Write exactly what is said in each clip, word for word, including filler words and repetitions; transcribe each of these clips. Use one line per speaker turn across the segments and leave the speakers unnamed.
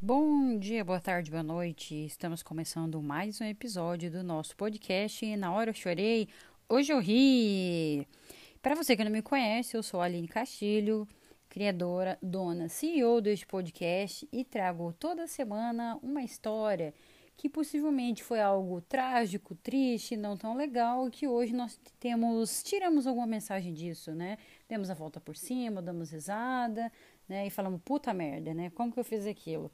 Bom dia, boa tarde, boa noite. Estamos começando mais um episódio do nosso podcast Na Hora Eu Chorei, Hoje Eu Ri. Para você que não me conhece, eu sou a Aline Castilho, criadora, dona, C E O deste podcast e trago toda semana uma história que possivelmente foi algo trágico, triste, não tão legal, e que hoje nós temos, tiramos alguma mensagem disso, né? Demos a volta por cima, damos risada, né? E falamos, puta merda, né? Como que eu fiz aquilo?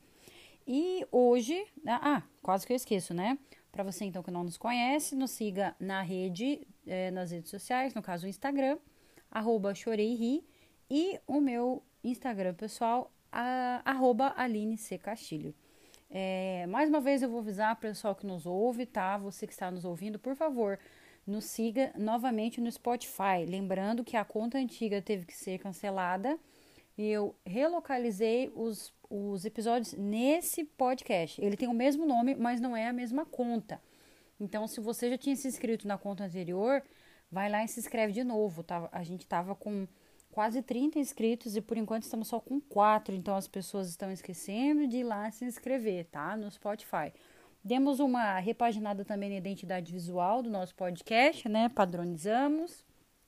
E hoje, ah, quase que eu esqueço, né? Para você então que não nos conhece, nos siga na rede, eh, nas redes sociais, no caso o Instagram, arroba choreiri, e o meu Instagram pessoal, a, arroba Aline C. Castilho. É, mais uma vez eu vou avisar para o pessoal que nos ouve, tá? Você que está nos ouvindo, por favor, nos siga novamente no Spotify. Lembrando que a conta antiga teve que ser cancelada e eu relocalizei os, os episódios nesse podcast. Ele tem o mesmo nome, mas não é a mesma conta. Então, se você já tinha se inscrito na conta anterior, vai lá e se inscreve de novo. Tá? A gente estava com quase trinta inscritos e por enquanto estamos só com quatro. Então, as pessoas estão esquecendo de ir lá se inscrever, tá? No Spotify. Demos uma repaginada também na identidade visual do nosso podcast, né? Padronizamos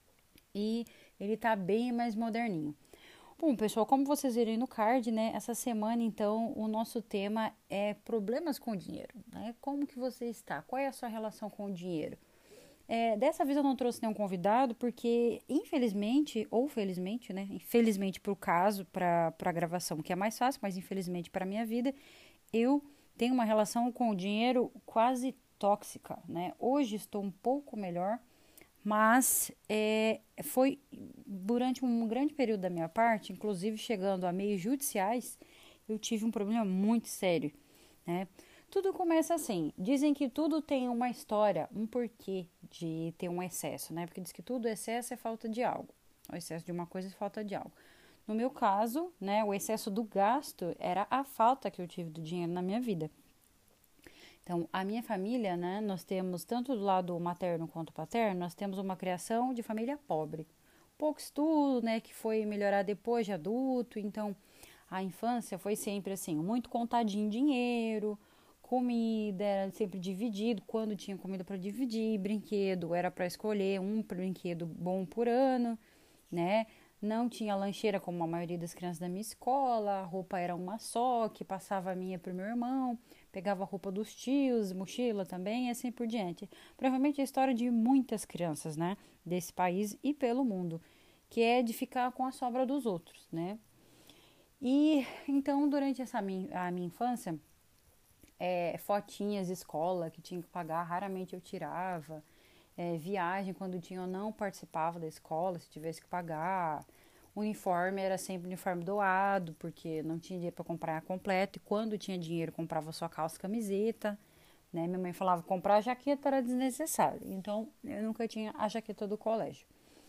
e ele tá bem mais moderninho. Bom, pessoal, como vocês viram no card, né? Essa semana, então, o nosso tema é problemas com o dinheiro, né? Como que você está? Qual é a sua relação com o dinheiro? É, dessa vez eu não trouxe nenhum convidado, porque, infelizmente, ou felizmente, né? Infelizmente para o caso, para a gravação, que é mais fácil, mas infelizmente para a minha vida, eu tenho uma relação com o dinheiro quase tóxica, né? Hoje estou um pouco melhor, mas é, foi durante um grande período da minha parte, inclusive chegando a meios judiciais, eu tive um problema muito sério, né? Tudo começa assim, dizem que tudo tem uma história, um porquê de ter um excesso, né? Porque diz que tudo excesso é falta de algo, o excesso de uma coisa é falta de algo. No meu caso, né, o excesso do gasto era a falta que eu tive do dinheiro na minha vida. Então, a minha família, né, nós temos, tanto do lado materno quanto paterno, nós temos uma criação de família pobre. Pouco estudo, né, que foi melhorar depois de adulto, então a infância foi sempre assim, muito contadinho dinheiro, comida era sempre dividido, quando tinha comida para dividir, brinquedo era para escolher um brinquedo bom por ano, né? Não tinha lancheira como a maioria das crianças da minha escola, a roupa era uma só, que passava a minha para o meu irmão, pegava a roupa dos tios, mochila também, e assim por diante. Provavelmente é a história de muitas crianças, né, desse país e pelo mundo, que é de ficar com a sobra dos outros, né? E então, durante essa minha, a minha infância, é, fotinhas de escola que tinha que pagar, raramente eu tirava. É, viagem, quando tinha, eu não participava da escola, se tivesse que pagar. Uniforme era sempre uniforme doado, porque não tinha dinheiro para comprar completo. E quando tinha dinheiro, comprava só calça e camiseta. Né? Minha mãe falava que comprar a jaqueta era desnecessário. Então, eu nunca tinha a jaqueta do colégio.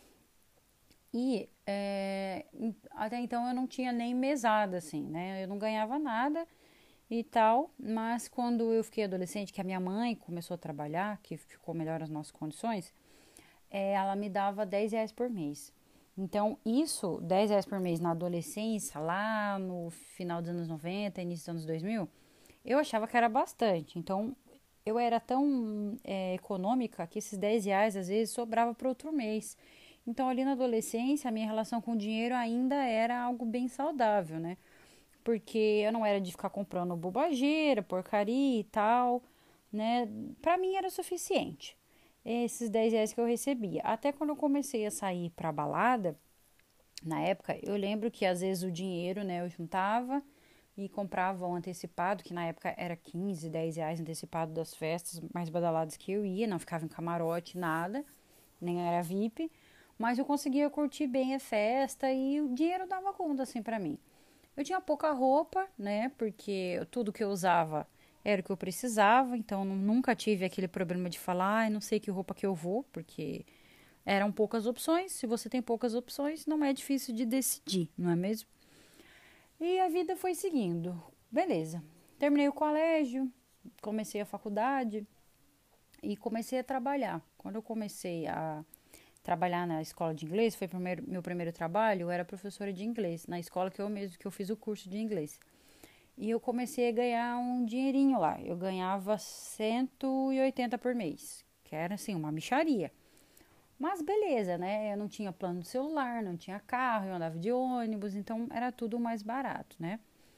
E é, até então eu não tinha nem mesada, assim, né? Eu não ganhava nada e tal, mas quando eu fiquei adolescente, que a minha mãe começou a trabalhar, que ficou melhor as nossas condições, é, ela me dava dez reais por mês. Então, isso, dez reais por mês na adolescência, lá no final dos anos noventa, início dos anos dois mil, eu achava que era bastante. Então, eu era tão é, econômica que esses dez reais, às vezes, sobrava para outro mês. Então, ali na adolescência, a minha relação com o dinheiro ainda era algo bem saudável, né? Porque eu não era de ficar comprando bobageira, porcaria e tal, né? Pra mim era suficiente esses dez reais que eu recebia. Até quando eu comecei a sair pra balada, na época, eu lembro que às vezes o dinheiro, né, eu juntava e comprava um antecipado, que na época era quinze, dez reais antecipado das festas mais badaladas que eu ia, não ficava em camarote, nada, nem era V I P, mas eu conseguia curtir bem a festa e o dinheiro dava conta, assim, pra mim. Eu tinha pouca roupa, né? Porque tudo que eu usava era o que eu precisava, então nunca tive aquele problema de falar, ah, não sei que roupa que eu vou, porque eram poucas opções. Se você tem poucas opções, não é difícil de decidir, não é mesmo? E a vida foi seguindo. Beleza. Terminei o colégio, comecei a faculdade e comecei a trabalhar. Quando eu comecei a trabalhar na escola de inglês, foi primeiro, meu primeiro trabalho, eu era professora de inglês, na escola que eu mesmo que eu fiz o curso de inglês. e eu comecei a ganhar um dinheirinho lá. Eu ganhava cento e oitenta por mês, que era assim, uma mixaria. Mas beleza, né? Eu não tinha plano de celular, não tinha carro, eu andava de ônibus, então era tudo mais barato, né?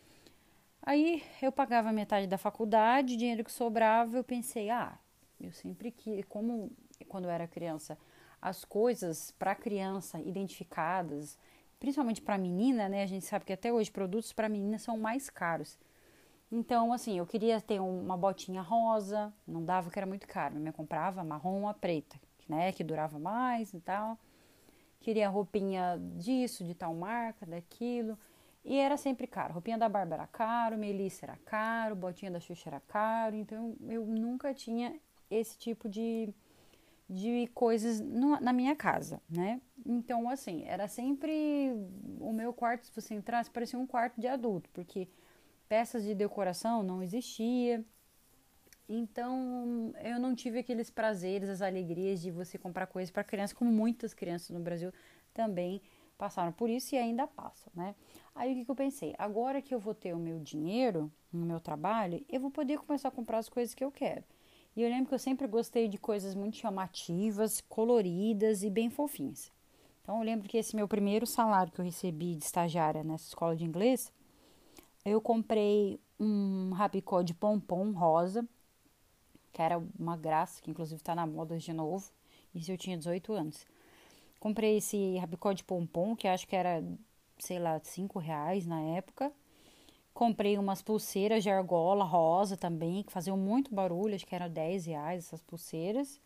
Aí eu pagava metade da faculdade, dinheiro que sobrava, eu pensei, ah, eu sempre que, como quando eu era criança, as coisas para criança identificadas, principalmente para menina, né? A gente sabe que até hoje produtos para menina são mais caros. Então, assim, eu queria ter uma botinha rosa, não dava que era muito caro, eu comprava marrom ou a preta, né, que durava mais e tal. Queria roupinha disso, de tal marca, daquilo. E era sempre caro. Roupinha da Bárbara era caro, Melissa era caro, botinha da Xuxa era caro. Então eu nunca tinha esse tipo de, de coisas no, na minha casa, né? Então, assim, era sempre o meu quarto, se você entrasse, parecia um quarto de adulto, porque peças de decoração não existia. Então, eu não tive aqueles prazeres, as alegrias de você comprar coisas para criança, como muitas crianças no Brasil também passaram por isso e ainda passam, né? Aí o que, que eu pensei? Agora que eu vou ter o meu dinheiro no meu trabalho, eu vou poder começar a comprar as coisas que eu quero. E eu lembro que eu sempre gostei de coisas muito chamativas, coloridas e bem fofinhas. Então, eu lembro que esse meu primeiro salário que eu recebi de estagiária nessa escola de inglês, eu comprei um rabicó de pompom rosa, que era uma graça, que inclusive tá na moda de novo. Isso eu tinha dezoito anos. Comprei esse rabicó de pompom, que acho que era, sei lá, cinco reais na época. Comprei umas pulseiras de argola rosa também, que faziam muito barulho, acho que eram dez reais essas pulseiras.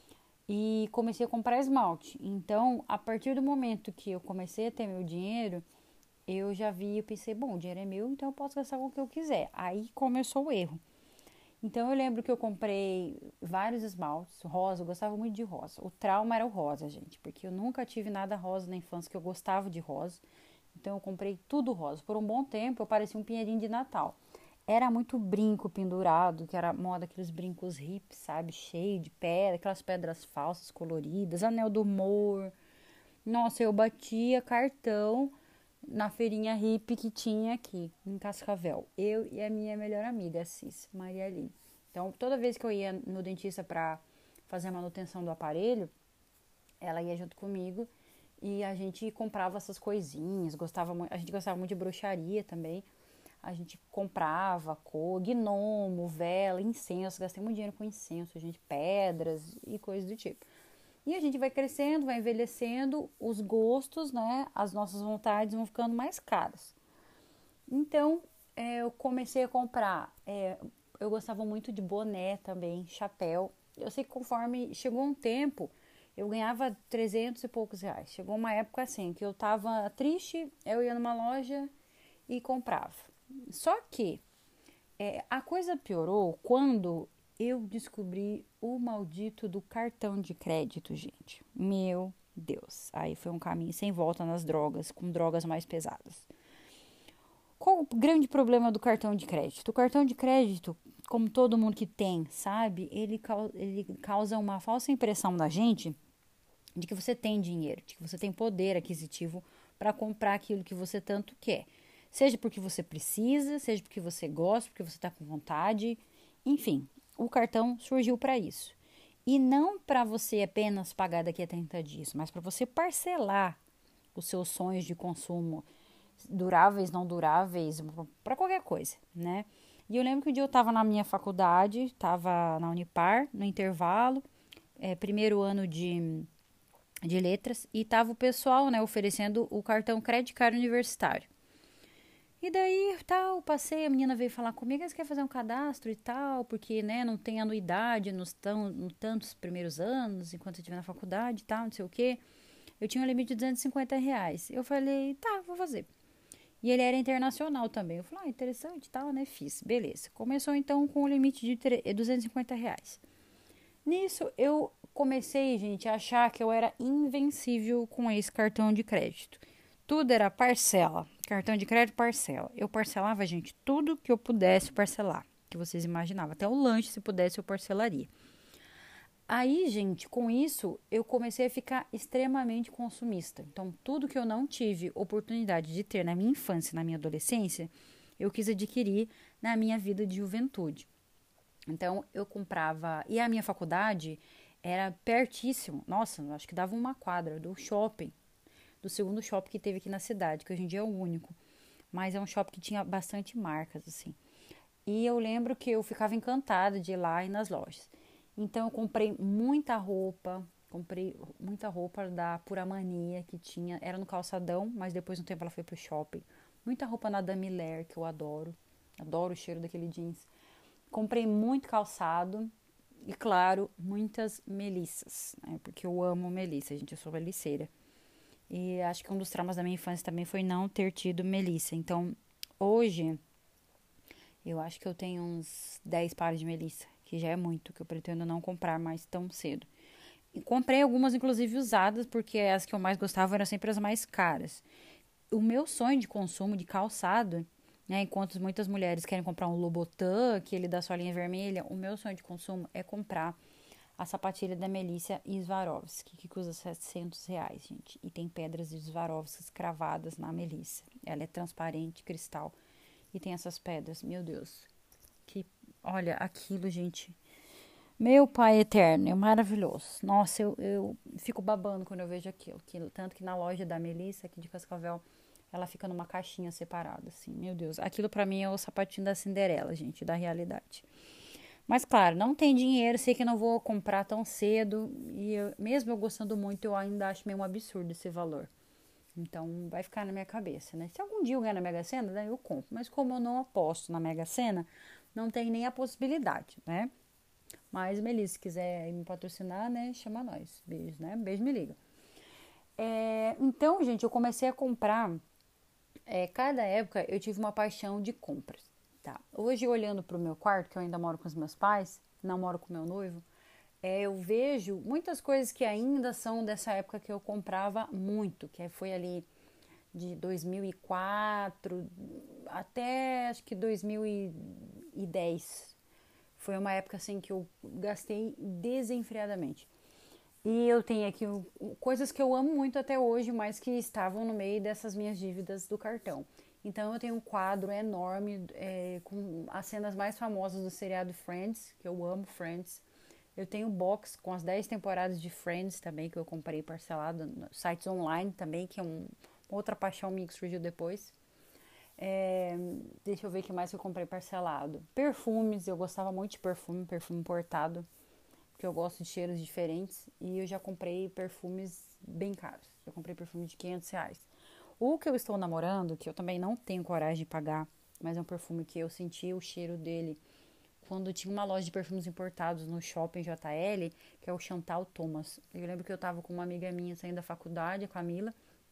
E comecei a comprar esmalte. Então, a partir do momento que eu comecei a ter meu dinheiro, eu já vi, eu pensei, bom, o dinheiro é meu, então eu posso gastar com o que eu quiser. Aí começou o erro. Então eu lembro que eu comprei vários esmaltes, rosa, eu gostava muito de rosa. O trauma era o rosa, gente, porque eu nunca tive nada rosa na infância, que eu gostava de rosa. Então eu comprei tudo rosa. Por um bom tempo eu parecia um pinheirinho de Natal. Era muito brinco pendurado, que era moda aqueles brincos hips, sabe? Cheio de pedra, aquelas pedras falsas coloridas, anel do humor. Nossa, eu batia cartão na feirinha hippie que tinha aqui, em Cascavel. Eu e a minha melhor amiga, a Cis, Maria Aline. Então, toda vez que eu ia no dentista para fazer a manutenção do aparelho, ela ia junto comigo e a gente comprava essas coisinhas. Gostava, a gente gostava muito de bruxaria também. A gente comprava cor, gnomo, vela, incenso. Gastei muito dinheiro com incenso, gente, pedras e coisas do tipo. E a gente vai crescendo, vai envelhecendo, os gostos, né, as nossas vontades vão ficando mais caras. Então, é, eu comecei a comprar, é, eu gostava muito de boné também, chapéu. Eu sei que conforme chegou um tempo, eu ganhava trezentos e poucos reais. Chegou uma época assim, que eu tava triste, eu ia numa loja e comprava. Só que é, a coisa piorou quando eu descobri o maldito do cartão de crédito, gente. Meu Deus. Aí foi um caminho sem volta nas drogas, com drogas mais pesadas. Qual o grande problema do cartão de crédito? O cartão de crédito, como todo mundo que tem, sabe? Ele, ele causa uma falsa impressão na gente de que você tem dinheiro, de que você tem poder aquisitivo para comprar aquilo que você tanto quer. Seja porque você precisa, seja porque você gosta, porque você está com vontade. Enfim, o cartão surgiu para isso. E não para você apenas pagar daqui a trinta dias, mas para você parcelar os seus sonhos de consumo, duráveis, não duráveis, para qualquer coisa, né? E eu lembro que um dia eu estava na minha faculdade, estava na Unipar, no intervalo, é, primeiro ano de, de letras, e estava o pessoal, né, oferecendo o cartão Credit Card Universitário. E daí, tal, passei, a menina veio falar comigo, você quer fazer um cadastro e tal, porque, né, não tem anuidade nos, tão, nos tantos primeiros anos, enquanto eu estiver na faculdade e tal, não sei o quê. Eu tinha um limite de duzentos e cinquenta reais. Eu falei, tá, vou fazer. E ele era internacional também. Eu falei, ah, interessante e tal, né, fiz. Beleza. Começou, então, com o limite de duzentos e cinquenta reais. Nisso, eu comecei, gente, a achar que eu era invencível com esse cartão de crédito. Tudo era parcela, cartão de crédito parcela. Eu parcelava, gente, tudo que eu pudesse parcelar, que vocês imaginavam. Até o lanche, se pudesse, eu parcelaria. Aí, gente, com isso, eu comecei a ficar extremamente consumista. Então, tudo que eu não tive oportunidade de ter na minha infância e na minha adolescência, eu quis adquirir na minha vida de juventude. Então, eu comprava... E a minha faculdade era pertíssimo. Nossa, acho que dava uma quadra do shopping. Do segundo shopping que teve aqui na cidade, que hoje em dia é o único. Mas é um shopping que tinha bastante marcas, assim. E eu lembro que eu ficava encantada de ir lá e nas lojas. Então, eu comprei muita roupa. Comprei muita roupa da Pura Mania, que tinha... Era no calçadão, mas depois de um tempo ela foi pro shopping. Muita roupa na Dame Ler, que eu adoro. Adoro o cheiro daquele jeans. Comprei muito calçado e, claro, muitas melissas, né? Porque eu amo melissa, gente, eu sou melisseira. E acho que um dos traumas da minha infância também foi não ter tido melissa. Então, hoje, eu acho que eu tenho uns dez pares de melissa, que já é muito, que eu pretendo não comprar mais tão cedo. E comprei algumas, inclusive, usadas, porque as que eu mais gostava eram sempre as mais caras. O meu sonho de consumo de calçado, né, enquanto muitas mulheres querem comprar um Louboutin, aquele da solinha vermelha, o meu sonho de consumo é comprar a sapatilha da Melissa Swarovski, que custa setecentos reais, gente. E tem pedras de Swarovski cravadas na Melissa. Ela é transparente, cristal. E tem essas pedras, meu Deus. Que, olha, aquilo, gente. Meu pai eterno, é maravilhoso. Nossa, eu, eu fico babando quando eu vejo aquilo. Que, tanto que na loja da Melissa, aqui de Cascavel, ela fica numa caixinha separada, assim. Meu Deus, aquilo pra mim é o sapatinho da Cinderela, gente, da realidade. Mas claro, não tem dinheiro, sei que não vou comprar tão cedo. E eu, mesmo eu gostando muito, eu ainda acho meio um absurdo esse valor. Então vai ficar na minha cabeça, né? Se algum dia eu ganhar na Mega Sena, daí eu compro. Mas como eu não aposto na Mega Sena, não tem nem a possibilidade, né? Mas, Melissa, se quiser me patrocinar, né? Chama nós. Beijo, né? Beijo, me liga. É, então, gente, eu comecei a comprar. É, cada época eu tive uma paixão de compras. Tá? Hoje, olhando para o meu quarto, que eu ainda moro com os meus pais, não moro com meu noivo, é, eu vejo muitas coisas que ainda são dessa época que eu comprava muito, que foi ali de dois mil e quatro até acho que dois mil e dez. Foi uma época assim que eu gastei desenfreadamente. E eu tenho aqui coisas que eu amo muito até hoje, mas que estavam no meio dessas minhas dívidas do cartão. Então eu tenho um quadro enorme é, com as cenas mais famosas do seriado Friends, que eu amo Friends. Eu tenho box com as dez temporadas de Friends também, que eu comprei parcelado, no sites online também, que é um, outra paixão minha que surgiu depois. É, deixa eu ver o que mais eu comprei parcelado. Perfumes, eu gostava muito de perfume, perfume importado, porque eu gosto de cheiros diferentes. E eu já comprei perfumes bem caros. Eu comprei perfume de quinhentos reais. O que eu estou namorando, que eu também não tenho coragem de pagar, mas é um perfume que eu senti o cheiro dele quando tinha uma loja de perfumes importados no shopping J L, que é o Chantal Thomas. Eu lembro que eu tava com uma amiga minha saindo da faculdade, a Camila,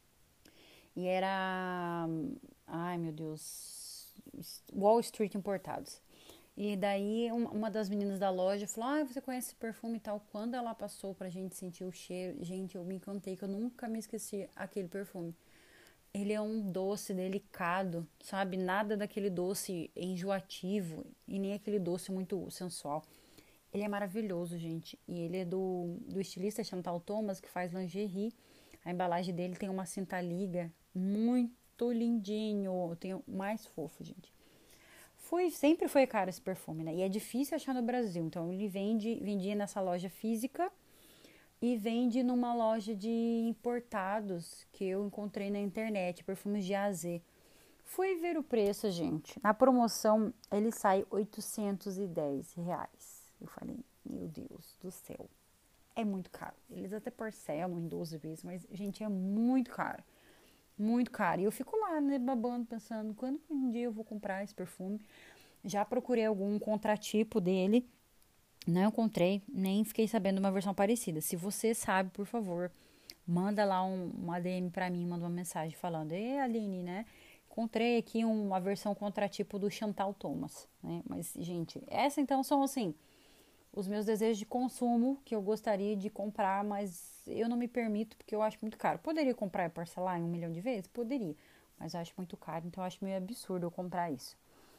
e era... Ai, meu Deus... Wall Street Importados. E daí uma das meninas da loja falou, ah, você conhece esse perfume e tal. Quando ela passou pra gente sentir o cheiro, gente, eu me encantei, que eu nunca me esqueci aquele perfume. Ele é um doce delicado, sabe? Nada daquele doce enjoativo e nem aquele doce muito sensual. Ele é maravilhoso, gente. E ele é do, do estilista Chantal Thomas, que faz lingerie. A embalagem dele tem uma cinta liga muito lindinho. Tem o mais fofo, gente. Foi, sempre foi caro esse perfume, né? E é difícil achar no Brasil. Então, ele vende, vendia nessa loja física e vende numa loja de importados que eu encontrei na internet, perfumes de A a Z. Fui ver o preço, gente. Na promoção, ele sai oitocentos e dez reais. Eu falei, meu Deus do céu. É muito caro. Eles até parcelam em doze vezes, mas, gente, é muito caro. Muito caro. E eu fico lá, né, babando, pensando, quando que um dia eu vou comprar esse perfume? Já procurei algum contratipo dele, não encontrei, nem fiquei sabendo uma versão parecida. Se você sabe, por favor, manda lá um, um A D M pra mim, manda uma mensagem falando, ei, Aline, né? Encontrei aqui uma versão contratipo do Chantal Thomas, né? Mas, gente, essa então são, assim, os meus desejos de consumo que eu gostaria de comprar, mas eu não me permito porque eu acho muito caro. Poderia comprar e parcelar em um milhão de vezes? Poderia, mas eu acho muito caro, então eu acho meio absurdo eu comprar isso.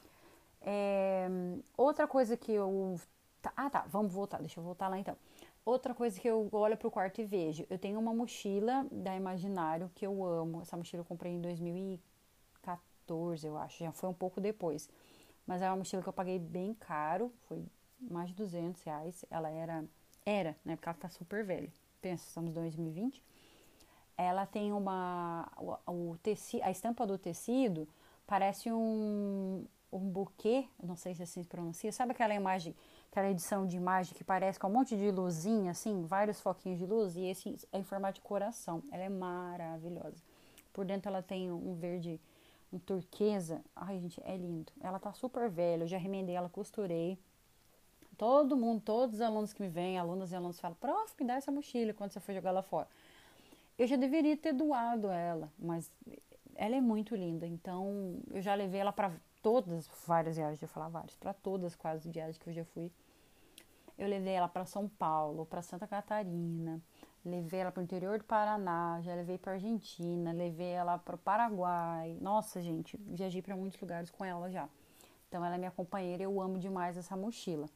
É, outra coisa que eu... Ah, tá, vamos voltar, deixa eu voltar lá então. Outra coisa que eu olho pro quarto e vejo, eu tenho uma mochila da Imaginário que eu amo. Essa mochila eu comprei em dois mil e quatorze, eu acho, já foi um pouco depois. Mas é uma mochila que eu paguei bem caro, foi mais de duzentos reais. Ela era, era, né, porque ela tá super velha. Pensa, estamos em dois mil e vinte. Ela tem uma, o, o tecido, a estampa do tecido parece um, um buquê, não sei se assim se pronuncia. Sabe aquela imagem, aquela edição de imagem que parece com um monte de luzinha, assim, vários foquinhos de luz? E esse é em formato de coração. Ela é maravilhosa. Por dentro ela tem um verde, um turquesa. Ai, gente, é lindo. Ela tá super velha, eu já remendei ela, costurei. Todo mundo, todos os alunos que me vêm, alunas e alunos falam, prof, me dá essa mochila quando você for jogar lá fora. Eu já deveria ter doado ela, mas ela é muito linda. Então, eu já levei ela para todas, várias viagens, eu falar várias, para todas quase viagens que eu já fui. Eu levei ela para São Paulo, para Santa Catarina, levei ela para o interior do Paraná, já levei para Argentina, levei ela para o Paraguai. Nossa, gente, viajei para muitos lugares com ela já. Então, ela é minha companheira, eu amo demais essa mochila.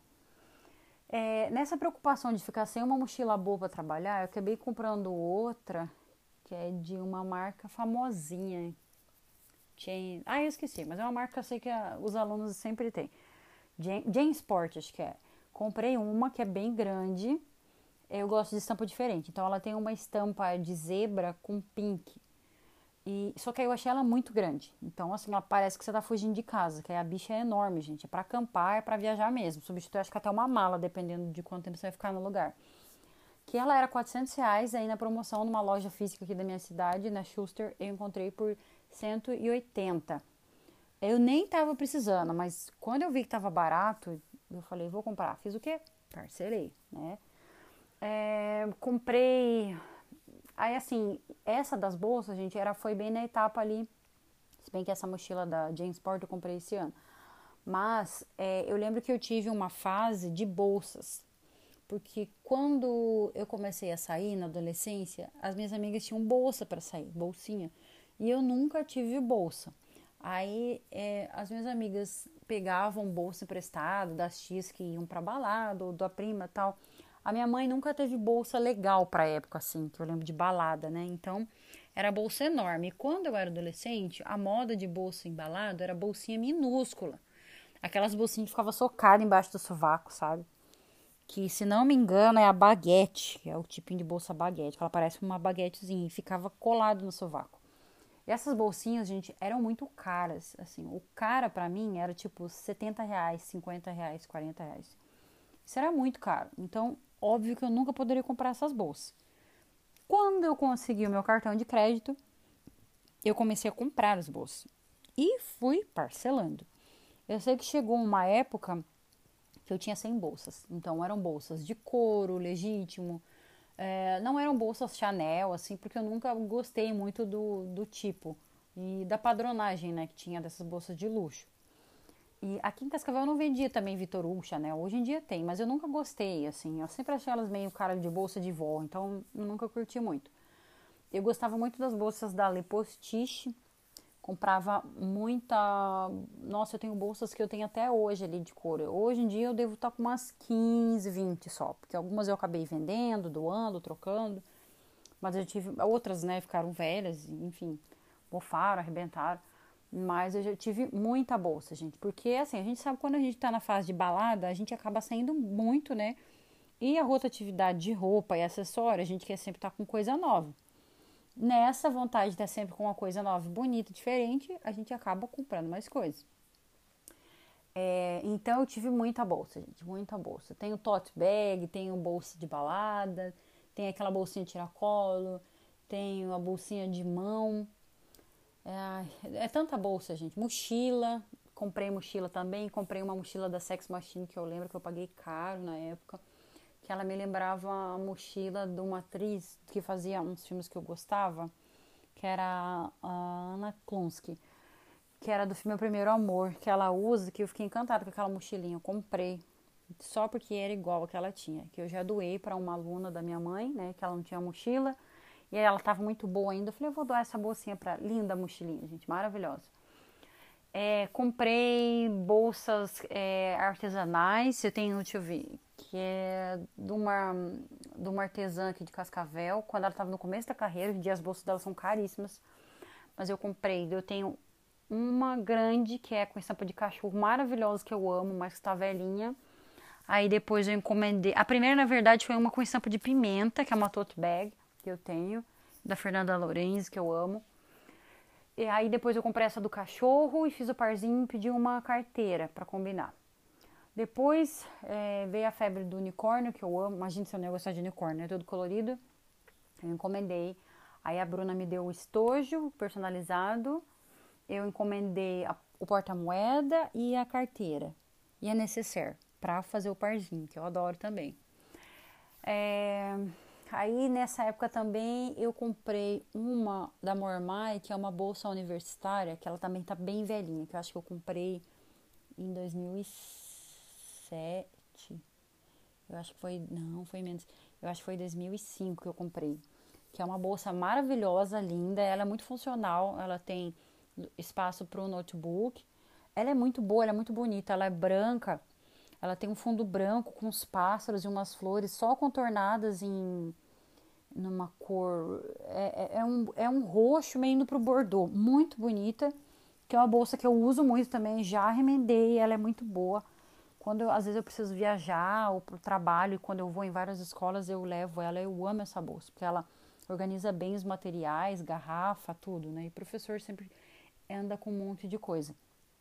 É, nessa preocupação de ficar sem uma mochila boa para trabalhar, eu acabei comprando outra, que é de uma marca famosinha. Chain... Ah, eu esqueci, mas é uma marca que eu sei que a, os alunos sempre têm. Jane Sport, acho que é. Comprei uma que é bem grande. Eu gosto de estampa diferente. Então, ela tem uma estampa de zebra com pink. E, só que aí eu achei ela muito grande. Então, assim, ela parece que você tá fugindo de casa. Que a bicha é enorme, gente. É pra acampar, é pra viajar mesmo. Substitui, acho que até uma mala, dependendo de quanto tempo você vai ficar no lugar. Que ela era quatrocentos reais, aí na promoção numa loja física aqui da minha cidade, na Schuster, eu encontrei por cento e oitenta. Eu nem tava precisando, mas quando eu vi que tava barato, eu falei, vou comprar. Fiz o quê? Parcelei, né? É, comprei... Aí, assim, essa das bolsas, gente, era, foi bem na etapa ali. Se bem que essa mochila da Jane Sport eu comprei esse ano. Mas é, eu lembro que eu tive uma fase de bolsas. Porque quando eu comecei a sair na adolescência, as minhas amigas tinham bolsa para sair, bolsinha. E eu nunca tive bolsa. Aí é, as minhas amigas pegavam bolsa emprestada das tias que iam pra balada, ou da prima e tal. A minha mãe nunca teve bolsa legal pra época, assim, que eu lembro de balada, né? Então, era bolsa enorme. E quando eu era adolescente, a moda de bolsa embalada era bolsinha minúscula. Aquelas bolsinhas que ficavam socadas embaixo do sovaco, sabe? Que, se não me engano, é a baguete, que é o tipinho de bolsa baguete, que ela parece uma baguetezinha e ficava colado no sovaco. E essas bolsinhas, gente, eram muito caras, assim. O cara, pra mim, era tipo setenta reais, cinquenta reais, quarenta reais. Isso era muito caro. Então, óbvio que eu nunca poderia comprar essas bolsas. Quando eu consegui o meu cartão de crédito, eu comecei a comprar as bolsas. E fui parcelando. Eu sei que chegou uma época que eu tinha cem bolsas. Então, eram bolsas de couro, legítimo. É, não eram bolsas Chanel, assim, porque eu nunca gostei muito do, do tipo e da padronagem, né, que tinha dessas bolsas de luxo. E aqui em Cascavel eu não vendia também Vitor Hugo, Chanel. Hoje em dia tem, mas eu nunca gostei, assim. Eu sempre achei elas meio cara de bolsa de vó, então eu nunca curti muito. Eu gostava muito das bolsas da Le Postiche. Comprava muita... Nossa, eu tenho bolsas que eu tenho até hoje ali de couro. Hoje em dia eu devo estar com umas quinze, vinte só. Porque algumas eu acabei vendendo, doando, trocando. Mas eu tive... Outras, né, ficaram velhas, enfim. Mofaram, arrebentaram. Mas eu já tive muita bolsa, gente. Porque, assim, a gente sabe quando a gente tá na fase de balada, a gente acaba saindo muito, né? E a rotatividade de roupa e acessório, a gente quer sempre estar com coisa nova. Nessa vontade de estar sempre com uma coisa nova, bonita, diferente, a gente acaba comprando mais coisas. É, então eu tive muita bolsa, gente, muita bolsa. Tenho tote bag, tenho bolsa de balada, tenho aquela bolsinha de tiracolo, tenho a bolsinha de mão. É, é tanta bolsa, gente. Mochila, comprei mochila também, comprei uma mochila da Sex Machine que eu lembro que eu paguei caro na época. Que ela me lembrava a mochila de uma atriz que fazia uns filmes que eu gostava, que era a Anna Klonsky, que era do filme O Primeiro Amor, que ela usa, que eu fiquei encantada com aquela mochilinha. Eu comprei só porque era igual a que ela tinha, que eu já doei para uma aluna da minha mãe, né, que ela não tinha mochila, e aí ela estava muito boa ainda. Eu falei, eu vou doar essa bolsinha para linda mochilinha, gente, maravilhosa. É, comprei bolsas é, artesanais, eu tenho, deixa eu ver, que é de uma, de uma artesã aqui de Cascavel, quando ela estava no começo da carreira. Hoje em dia as bolsas dela são caríssimas, mas eu comprei, eu tenho uma grande, que é com estampa de cachorro, maravilhosa, que eu amo, mas que está velhinha. Aí depois eu encomendei. A primeira, na verdade, foi uma com estampa de pimenta, que é uma tote bag que eu tenho, da Fernanda Lorenzi, que eu amo. E aí depois eu comprei essa do cachorro e fiz o parzinho e pedi uma carteira para combinar. Depois é, veio a febre do unicórnio, que eu amo. Imagina se eu não ia gostar de unicórnio, é todo colorido. Eu encomendei. Aí a Bruna me deu o estojo personalizado. Eu encomendei a, o porta-moeda e a carteira. E a necessaire, pra fazer o parzinho, que eu adoro também. É, aí nessa época também eu comprei uma da Mormai, que é uma bolsa universitária, que ela também tá bem velhinha, que eu acho que eu comprei em dois mil e sete. Eu acho que foi, não, foi menos. Eu acho que foi em dois mil e cinco que eu comprei. Que é uma bolsa maravilhosa, linda, ela é muito funcional, ela tem espaço para o notebook. Ela é muito boa, ela é muito bonita, ela é branca, ela tem um fundo branco com uns pássaros e umas flores só contornadas em numa cor, é, é, é um, é um roxo meio indo pro bordô, muito bonita, que é uma bolsa que eu uso muito também, já remendei, ela é muito boa. Quando eu, às vezes eu preciso viajar ou pro trabalho, e quando eu vou em várias escolas eu levo ela, eu amo essa bolsa, porque ela organiza bem os materiais, garrafa, tudo, né? E o professor sempre anda com um monte de coisa.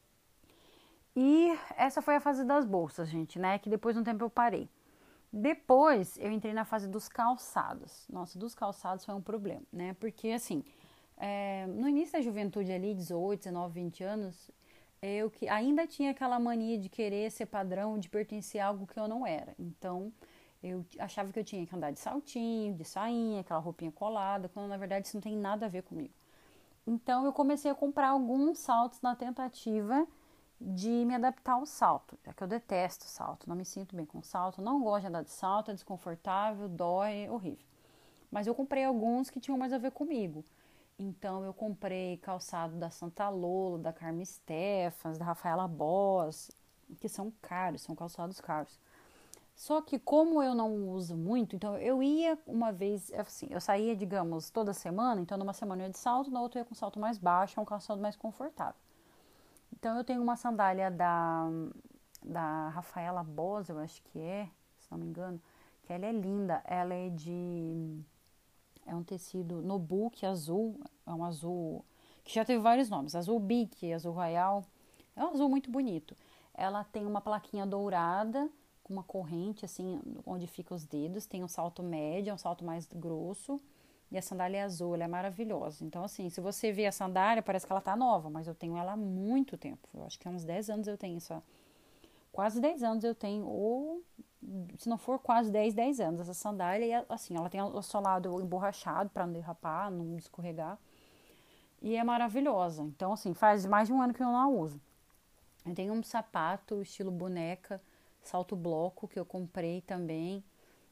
E essa foi a fase das bolsas, gente, né? Que depois de um tempo eu parei. Depois eu entrei na fase dos calçados. Nossa, dos calçados foi um problema, né? Porque assim, é, no início da juventude ali, dezoito, dezenove, vinte anos, eu que ainda tinha aquela mania de querer ser padrão, de pertencer a algo que eu não era. Então, eu achava que eu tinha que andar de saltinho, de sainha, aquela roupinha colada, quando na verdade isso não tem nada a ver comigo. Então, eu comecei a comprar alguns saltos na tentativa de me adaptar ao salto, já que eu detesto salto, não me sinto bem com salto, não gosto de andar de salto, é desconfortável, dói, é horrível. Mas eu comprei alguns que tinham mais a ver comigo. Então eu comprei calçado da Santa Lolo, da Carme Stephens, da Rafaela Boss, que são caros, são calçados caros. Só que como eu não uso muito, então eu ia uma vez, assim, eu saía, digamos, toda semana, então numa semana eu ia de salto, na outra eu ia com salto mais baixo, um calçado mais confortável. Então eu tenho uma sandália da, da Rafaela Boss, eu acho que é, se não me engano, que ela é linda, ela é de, é um tecido Nobuque azul, é um azul que já teve vários nomes, azul bique, azul royal, é um azul muito bonito. Ela tem uma plaquinha dourada, com uma corrente assim, onde fica os dedos, tem um salto médio, um salto mais grosso, e a sandália é azul, ela é maravilhosa. Então, assim, se você vê a sandália, parece que ela tá nova, mas eu tenho ela há muito tempo. Eu acho que há uns dez anos eu tenho essa. Quase dez anos eu tenho, ou se não for quase dez, dez anos, essa sandália. E, assim, ela tem o solado emborrachado para não derrapar, não escorregar. E é maravilhosa. Então, assim, faz mais de um ano que eu não a uso. Eu tenho um sapato estilo boneca, salto bloco, que eu comprei também.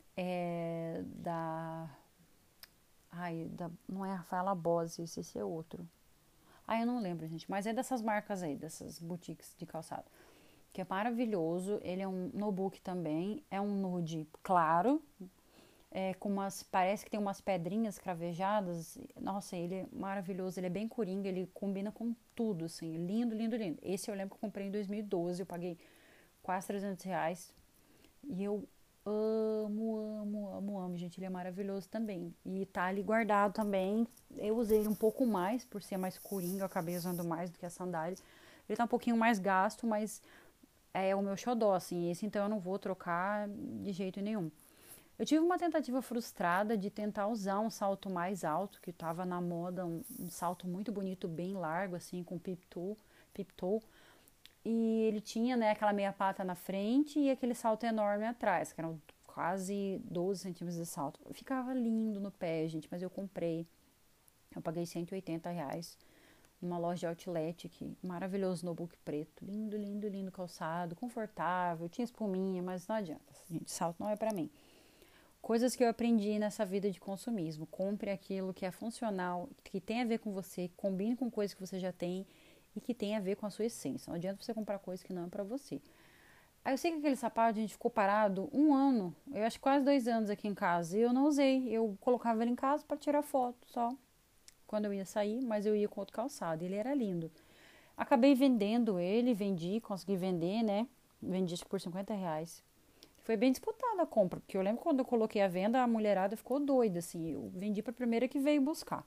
É da. Ai, da, não é Rafaela Bose, esse, esse é outro. Ai, eu não lembro, gente, mas é dessas marcas aí, dessas boutiques de calçado. Que é maravilhoso, ele é um no-book também, é um nude claro, é, com umas, parece que tem umas pedrinhas cravejadas. Nossa, ele é maravilhoso, ele é bem coringa, ele combina com tudo, assim, lindo, lindo, lindo. Esse eu lembro que eu comprei em dois mil e doze, eu paguei quase trezentos reais. E eu amo, amo, amo, amo, gente. Ele é maravilhoso também. E tá ali guardado também. Eu usei ele um pouco mais, por ser mais coringa. Eu acabei usando mais do que a sandália. Ele tá um pouquinho mais gasto, mas é o meu xodó, assim. Esse então eu não vou trocar de jeito nenhum. Eu tive uma tentativa frustrada de tentar usar um salto mais alto, que tava na moda, um, um salto muito bonito, bem largo, assim, com pip-toe, pip-toe. E ele tinha, né, aquela meia pata na frente e aquele salto enorme atrás, que eram quase doze centímetros de salto. Ficava lindo no pé, gente, mas eu comprei. Eu paguei cento e oitenta reais numa loja de outlet aqui. Maravilhoso notebook preto. Lindo, lindo, lindo calçado, confortável. Tinha espuminha, mas não adianta. Gente, salto não é pra mim. Coisas que eu aprendi nessa vida de consumismo. Compre aquilo que é funcional, que tem a ver com você, combine com coisas que você já tem e que tem a ver com a sua essência. Não adianta você comprar coisa que não é pra você. Aí eu sei que aquele sapato a gente ficou parado um ano, eu acho quase dois anos aqui em casa, e eu não usei. Eu colocava ele em casa para tirar foto só, quando eu ia sair, mas eu ia com outro calçado. Ele era lindo. Acabei vendendo ele, vendi, consegui vender, né? Vendi acho que por cinquenta reais. Foi bem disputada a compra, porque eu lembro quando eu coloquei a venda, a mulherada ficou doida, assim. Eu vendi pra primeira que veio buscar.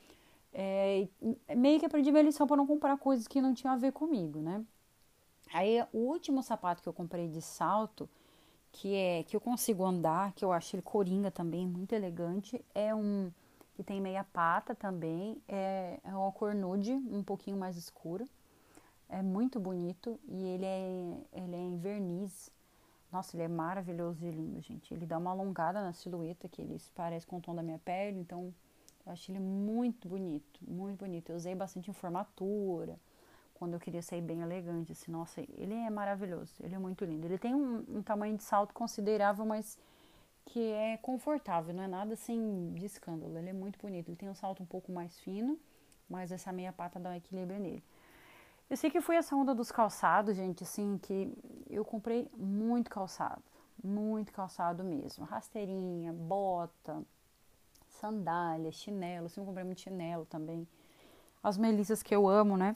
É, meio que aprendi minha lição para não comprar coisas que não tinham a ver comigo, né? Aí o último sapato que eu comprei de salto, que é que eu consigo andar, que eu acho ele coringa também, muito elegante, é um que tem meia pata também, é, é uma cor nude, um pouquinho mais escura. É muito bonito e ele é, ele é em verniz. Nossa, ele é maravilhoso e lindo, gente. Ele dá uma alongada na silhueta, que ele parece com o tom da minha pele, então eu acho ele muito bonito, muito bonito. Eu usei bastante em formatura, quando eu queria sair bem elegante, assim, nossa, ele é maravilhoso, ele é muito lindo. Ele tem um, um tamanho de salto considerável, mas que é confortável, não é nada assim de escândalo. Ele é muito bonito, ele tem um salto um pouco mais fino, mas essa meia pata dá um equilíbrio nele. Eu sei que foi essa onda dos calçados, gente, assim, que eu comprei muito calçado, muito calçado mesmo. Rasteirinha, bota, sandália, chinelo, assim, eu comprei muito chinelo também. As melissas que eu amo, né?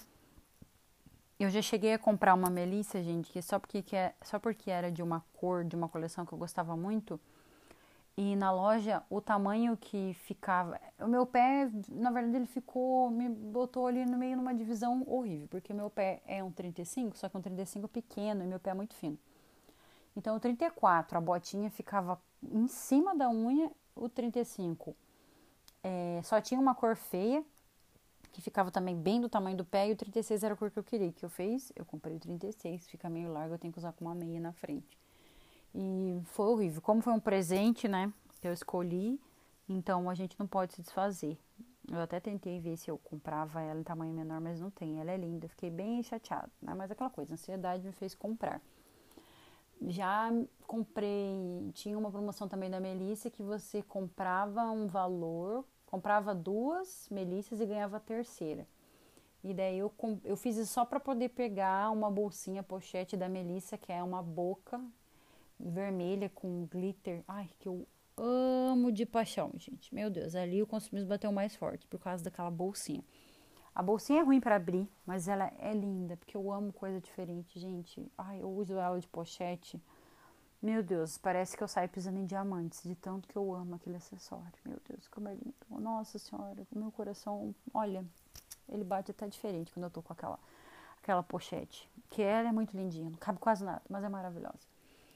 Eu já cheguei a comprar uma melissa, gente, que só porque, que é, só porque era de uma cor, de uma coleção que eu gostava muito. E na loja, o tamanho que ficava... O meu pé, na verdade, ele ficou... Me botou ali no meio numa divisão horrível. Porque meu pé é um trinta e cinco, só que um trinta e cinco pequeno e meu pé é muito fino. Então, o trinta e quatro, a botinha ficava em cima da unha. O trinta e cinco é, só tinha uma cor feia, que ficava também bem do tamanho do pé. E o trinta e seis era a cor que eu queria. Que eu fiz? Eu comprei o trinta e seis. Fica meio largo, eu tenho que usar com uma meia na frente. E foi horrível. Como foi um presente, né, que eu escolhi, então a gente não pode se desfazer. Eu até tentei ver se eu comprava ela em tamanho menor, mas não tem. Ela é linda. Fiquei bem chateada, né? Mas aquela coisa, a ansiedade me fez comprar. Já comprei, tinha uma promoção também da Melissa que você comprava um valor, comprava duas Melissas e ganhava a terceira. E daí eu, eu fiz isso só para poder pegar uma bolsinha pochete da Melissa, que é uma boca vermelha com glitter. Ai, que eu amo de paixão, gente. Meu Deus, ali o consumismo bateu mais forte por causa daquela bolsinha. A bolsinha é ruim para abrir, mas ela é linda, porque eu amo coisa diferente, gente. Ai, eu uso ela de pochete. Meu Deus, parece que eu saio pisando em diamantes, de tanto que eu amo aquele acessório. Meu Deus, como é lindo. Nossa Senhora, o meu coração, olha, ele bate até diferente quando eu tô com aquela, aquela pochete. Que ela é muito lindinha, não cabe quase nada, mas é maravilhosa.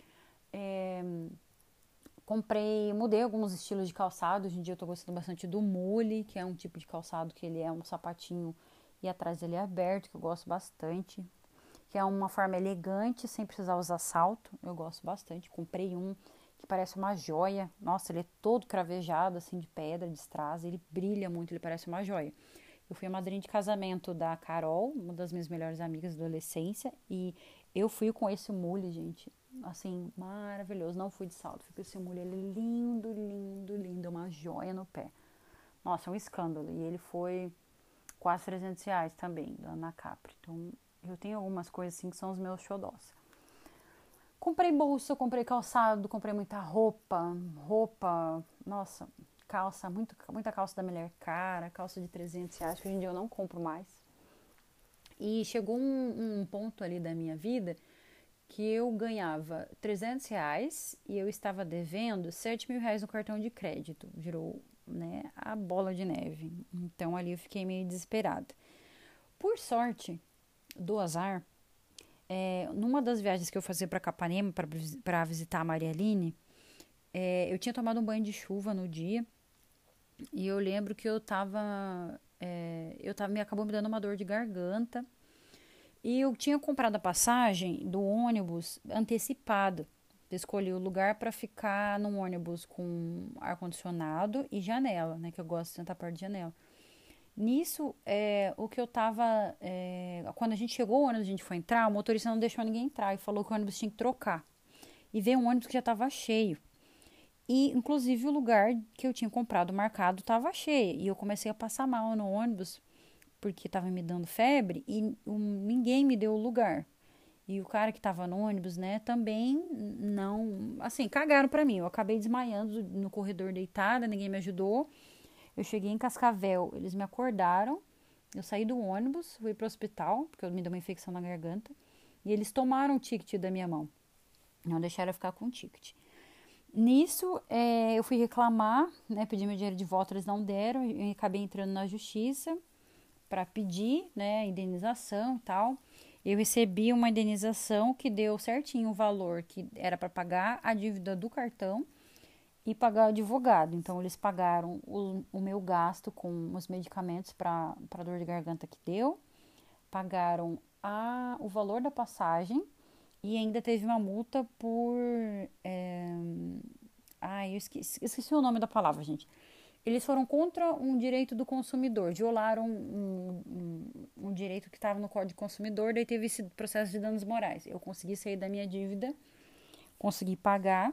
É, comprei, mudei alguns estilos de calçado. Hoje em dia eu tô gostando bastante do mule, que é um tipo de calçado que ele é um sapatinho e atrás ele é aberto, que eu gosto bastante. Que é uma forma elegante, sem precisar usar salto. Eu gosto bastante. Comprei um que parece uma joia. Nossa, ele é todo cravejado, assim, de pedra, de strass. Ele brilha muito, ele parece uma joia. Eu fui a madrinha de casamento da Carol, uma das minhas melhores amigas da adolescência. E eu fui com esse mule, gente. Assim, maravilhoso. Não fui de salto, fui com esse mule. Ele é lindo, lindo, lindo. Uma joia no pé. Nossa, é um escândalo. E ele foi quase trezentos reais também, da Ana Capri. Então, eu tenho algumas coisas assim que são os meus xodós. Comprei bolsa, comprei calçado, comprei muita roupa. Roupa, nossa, calça, muito, muita calça da mulher cara, calça de trezentos reais, que hoje em dia eu não compro mais. E chegou um, um ponto ali da minha vida que eu ganhava trezentos reais e eu estava devendo sete mil reais no cartão de crédito. Virou, né, a bola de neve. Então ali eu fiquei meio desesperada. Por sorte, do azar, é, numa das viagens que eu fazia para Capanema para visitar a Maria Aline, é, eu tinha tomado um banho de chuva no dia e eu lembro que eu tava, é, eu tava, me acabou me dando uma dor de garganta e eu tinha comprado a passagem do ônibus antecipado. Eu escolhi o lugar para ficar num ônibus com ar-condicionado e janela, né, que eu gosto de sentar perto de janela. Nisso, é, o que eu tava... É, quando a gente chegou, o ônibus, a gente foi entrar, o motorista não deixou ninguém entrar e falou que o ônibus tinha que trocar. E veio um ônibus que já estava cheio. E, inclusive, o lugar que eu tinha comprado marcado estava cheio. E eu comecei a passar mal no ônibus, porque estava me dando febre e um, ninguém me deu o lugar. E o cara que estava no ônibus, né, também não... Assim, cagaram pra mim. Eu acabei desmaiando no corredor deitada, ninguém me ajudou. Eu cheguei em Cascavel, eles me acordaram, Eu saí do ônibus, fui pro hospital, porque eu me deu uma infecção na garganta, e eles tomaram o ticket da minha mão. Não deixaram eu ficar com o ticket. Nisso, é, eu fui reclamar, né, pedi meu dinheiro de volta, eles não deram, e acabei entrando na justiça para pedir, né, indenização e tal. Eu recebi uma indenização que deu certinho o valor que era para pagar a dívida do cartão e pagar o advogado. Então, eles pagaram o, o meu gasto com os medicamentos para a dor de garganta que deu, pagaram a, o valor da passagem e ainda teve uma multa por... É, ai, eu esqueci, esqueci o nome da palavra, gente. Eles foram contra um direito do consumidor, violaram um, um, um direito que estava no Código do Consumidor, daí teve esse processo de danos morais. Eu consegui sair da minha dívida, consegui pagar.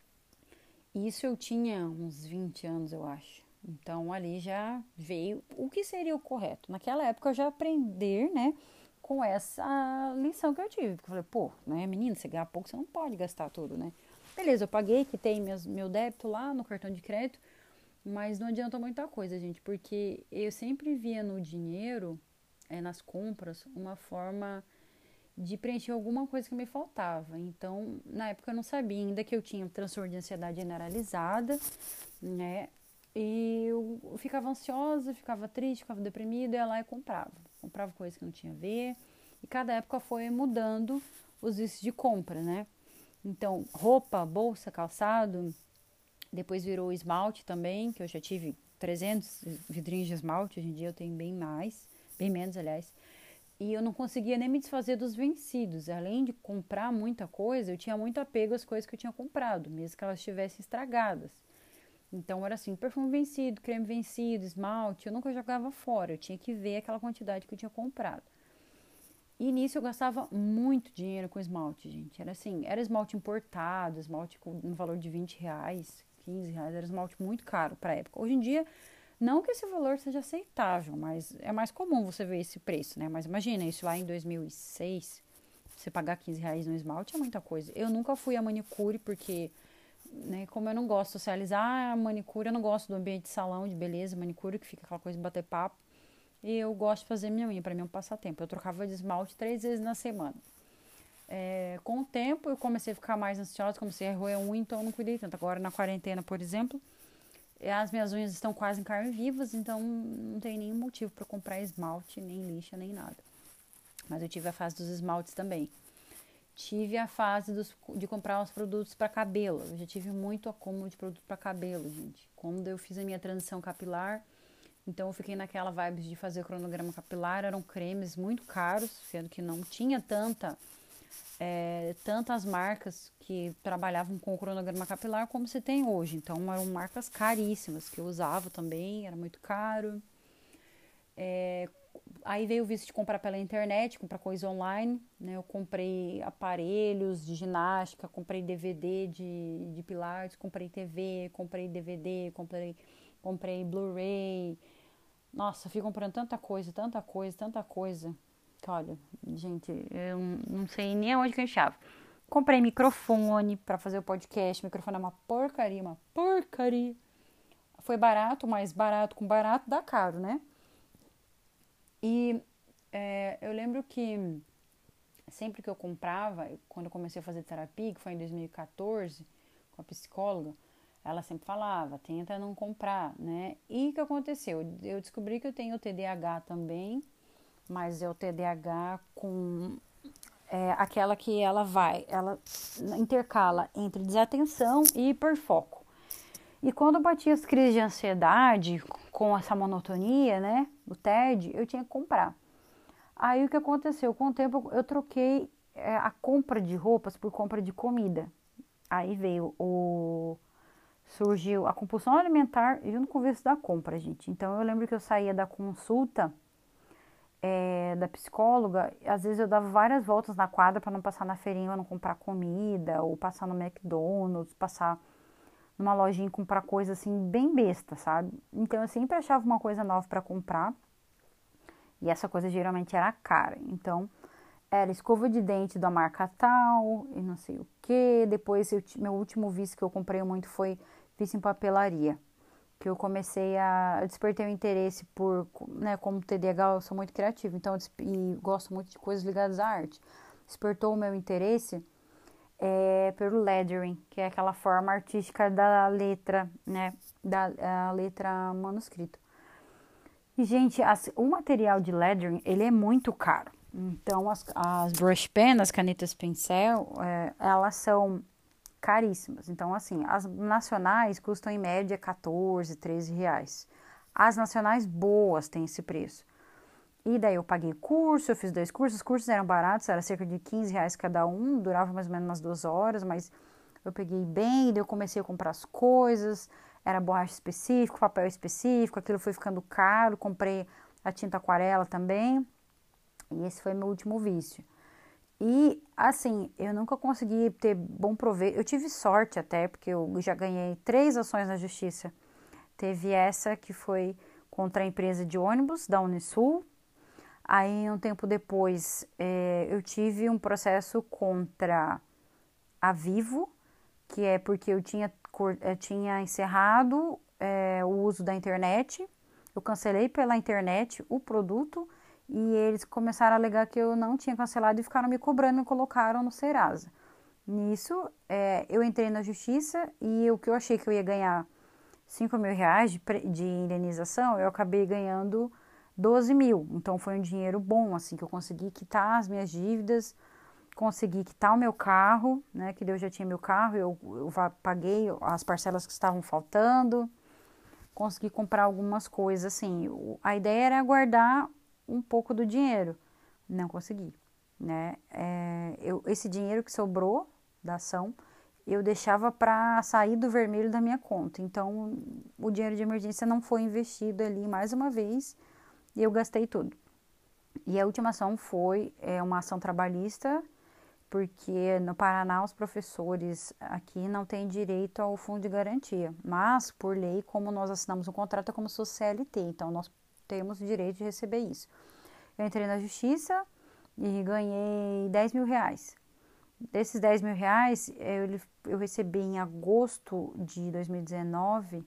Isso eu tinha uns vinte anos, eu acho. Então, ali já veio o que seria o correto. Naquela época, eu já aprender, né, com essa lição que eu tive. Porque eu falei, pô, né, menina, você ganha pouco, você não pode gastar tudo, né? Beleza, eu paguei, que tem meus, meu débito lá no cartão de crédito, mas não adianta muita coisa, gente, porque eu sempre via no dinheiro, é, nas compras, uma forma de preencher alguma coisa que me faltava. Então, na época eu não sabia ainda que eu tinha um transtorno de ansiedade generalizada, né? E eu ficava ansiosa, ficava triste, ficava deprimida, ia lá e comprava. Comprava coisas que não tinha a ver. E cada época foi mudando os vícios de compra, né? Então, roupa, bolsa, calçado, depois virou esmalte também, que eu já tive trezentos vidrinhos de esmalte, hoje em dia eu tenho bem mais, bem menos, aliás. E eu não conseguia nem me desfazer dos vencidos. Além de comprar muita coisa, eu tinha muito apego às coisas que eu tinha comprado, mesmo que elas estivessem estragadas. Então era assim, perfume vencido, creme vencido, esmalte, eu nunca jogava fora, eu tinha que ver aquela quantidade que eu tinha comprado. E nisso eu gastava muito dinheiro com esmalte, gente. Era assim, era esmalte importado, esmalte com um valor de vinte reais, quinze reais, era esmalte muito caro para a época. Hoje em dia, não que esse valor seja aceitável, mas é mais comum você ver esse preço, né? Mas imagina, isso lá em dois mil e seis, você pagar quinze reais no esmalte é muita coisa. Eu nunca fui a manicure porque, né, como eu não gosto de socializar, a manicure, eu não gosto do ambiente de salão, de beleza, manicure, que fica aquela coisa de bater papo. E eu gosto de fazer minha unha, para mim é um passatempo. Eu trocava de esmalte três vezes na semana. É, com o tempo, eu comecei a ficar mais ansiosa, comecei a roer a unha, então eu não cuidei tanto. Agora, na quarentena, por exemplo, as minhas unhas estão quase em carne vivas, então não tem nenhum motivo para comprar esmalte, nem lixa, nem nada. Mas eu tive a fase dos esmaltes também. Tive a fase dos, de comprar os produtos para cabelo. Eu já tive muito acúmulo de produto para cabelo, gente. Quando eu fiz a minha transição capilar, então eu fiquei naquela vibe de fazer cronograma capilar, eram cremes muito caros, sendo que não tinha tanta, é, tantas marcas que trabalhavam com o cronograma capilar como se tem hoje. Então eram marcas caríssimas que eu usava também, era muito caro. É, aí veio o vício de comprar pela internet, comprar coisa online, né? Eu comprei aparelhos de ginástica, comprei D V D de, de pilates, comprei T V, comprei D V D, comprei, comprei Blu-ray. Nossa, fui comprando tanta coisa, tanta coisa, tanta coisa. Que olha, gente, eu não sei nem aonde que eu enxava. Comprei microfone para fazer o podcast. O microfone é uma porcaria, uma porcaria. Foi barato, mas barato com barato dá caro, né? E é, eu lembro que sempre que eu comprava, quando eu comecei a fazer terapia, que foi em dois mil e quatorze, com a psicóloga, ela sempre falava, tenta não comprar, né? E o que aconteceu? Eu descobri que eu tenho T D A H também, mas é o T D A H com é, aquela que ela vai, ela intercala entre desatenção e hiperfoco. E quando eu batia as crises de ansiedade, com essa monotonia, né, o T E D, eu tinha que comprar. Aí o que aconteceu? Com o tempo eu troquei é, a compra de roupas por compra de comida. Aí veio o... surgiu a compulsão alimentar junto com o vício da compra, gente. Então eu lembro que eu saía da consulta é, da psicóloga, às vezes eu dava várias voltas na quadra para não passar na feirinha, não comprar comida, ou passar no McDonald's, passar numa lojinha e comprar coisa assim bem besta, sabe? Então eu sempre achava uma coisa nova para comprar e essa coisa geralmente era cara. Então era escova de dente da marca tal e não sei o que. Depois eu, meu último vício que eu comprei muito foi vício em papelaria, que eu comecei a... Eu despertei o interesse por, né, como T D A H, eu sou muito criativa, então, e gosto muito de coisas ligadas à arte. Despertou o meu interesse é, pelo lettering, que é aquela forma artística da letra, né, da a letra manuscrito. E, gente, as, o material de lettering, ele é muito caro. Então, as, as brush pen, as canetas pincel, é, elas são caríssimas. Então, assim, as nacionais custam em média quatorze, treze reais. As nacionais boas têm esse preço. E daí eu paguei curso, eu fiz dois cursos. Os cursos eram baratos, era cerca de quinze reais cada um, durava mais ou menos umas duas horas, mas eu peguei bem, daí eu comecei a comprar as coisas, era borracha específica, papel específico, aquilo foi ficando caro, comprei a tinta aquarela também, e esse foi meu último vício. E, assim, eu nunca consegui ter bom proveito. Eu tive sorte até, porque eu já ganhei três ações na justiça. Teve essa que foi contra a empresa de ônibus da Unisul. Aí, um tempo depois, é, eu tive um processo contra a Vivo, que é porque eu tinha, eu tinha encerrado é, o uso da internet. Eu cancelei pela internet o produto. E eles começaram a alegar que eu não tinha cancelado e ficaram me cobrando e colocaram no Serasa. Nisso, é, eu entrei na justiça e o que eu achei que eu ia ganhar cinco mil reais de, de indenização, eu acabei ganhando doze mil. Então, foi um dinheiro bom, assim, que eu consegui quitar as minhas dívidas, consegui quitar o meu carro, né, que eu já tinha meu carro, eu, eu paguei as parcelas que estavam faltando, consegui comprar algumas coisas, assim. A ideia era guardar um pouco do dinheiro, não consegui, né, é, eu, esse dinheiro que sobrou da ação, eu deixava para sair do vermelho da minha conta, então o dinheiro de emergência não foi investido ali mais uma vez, e eu gastei tudo. E a última ação foi é, uma ação trabalhista, porque no Paraná os professores aqui não têm direito ao fundo de garantia, mas por lei, como nós assinamos um contrato, é como se fosse C L T, então nós temos o direito de receber isso. Eu entrei na justiça e ganhei dez mil reais. Desses dez mil reais, eu, eu recebi em agosto de dois mil e dezenove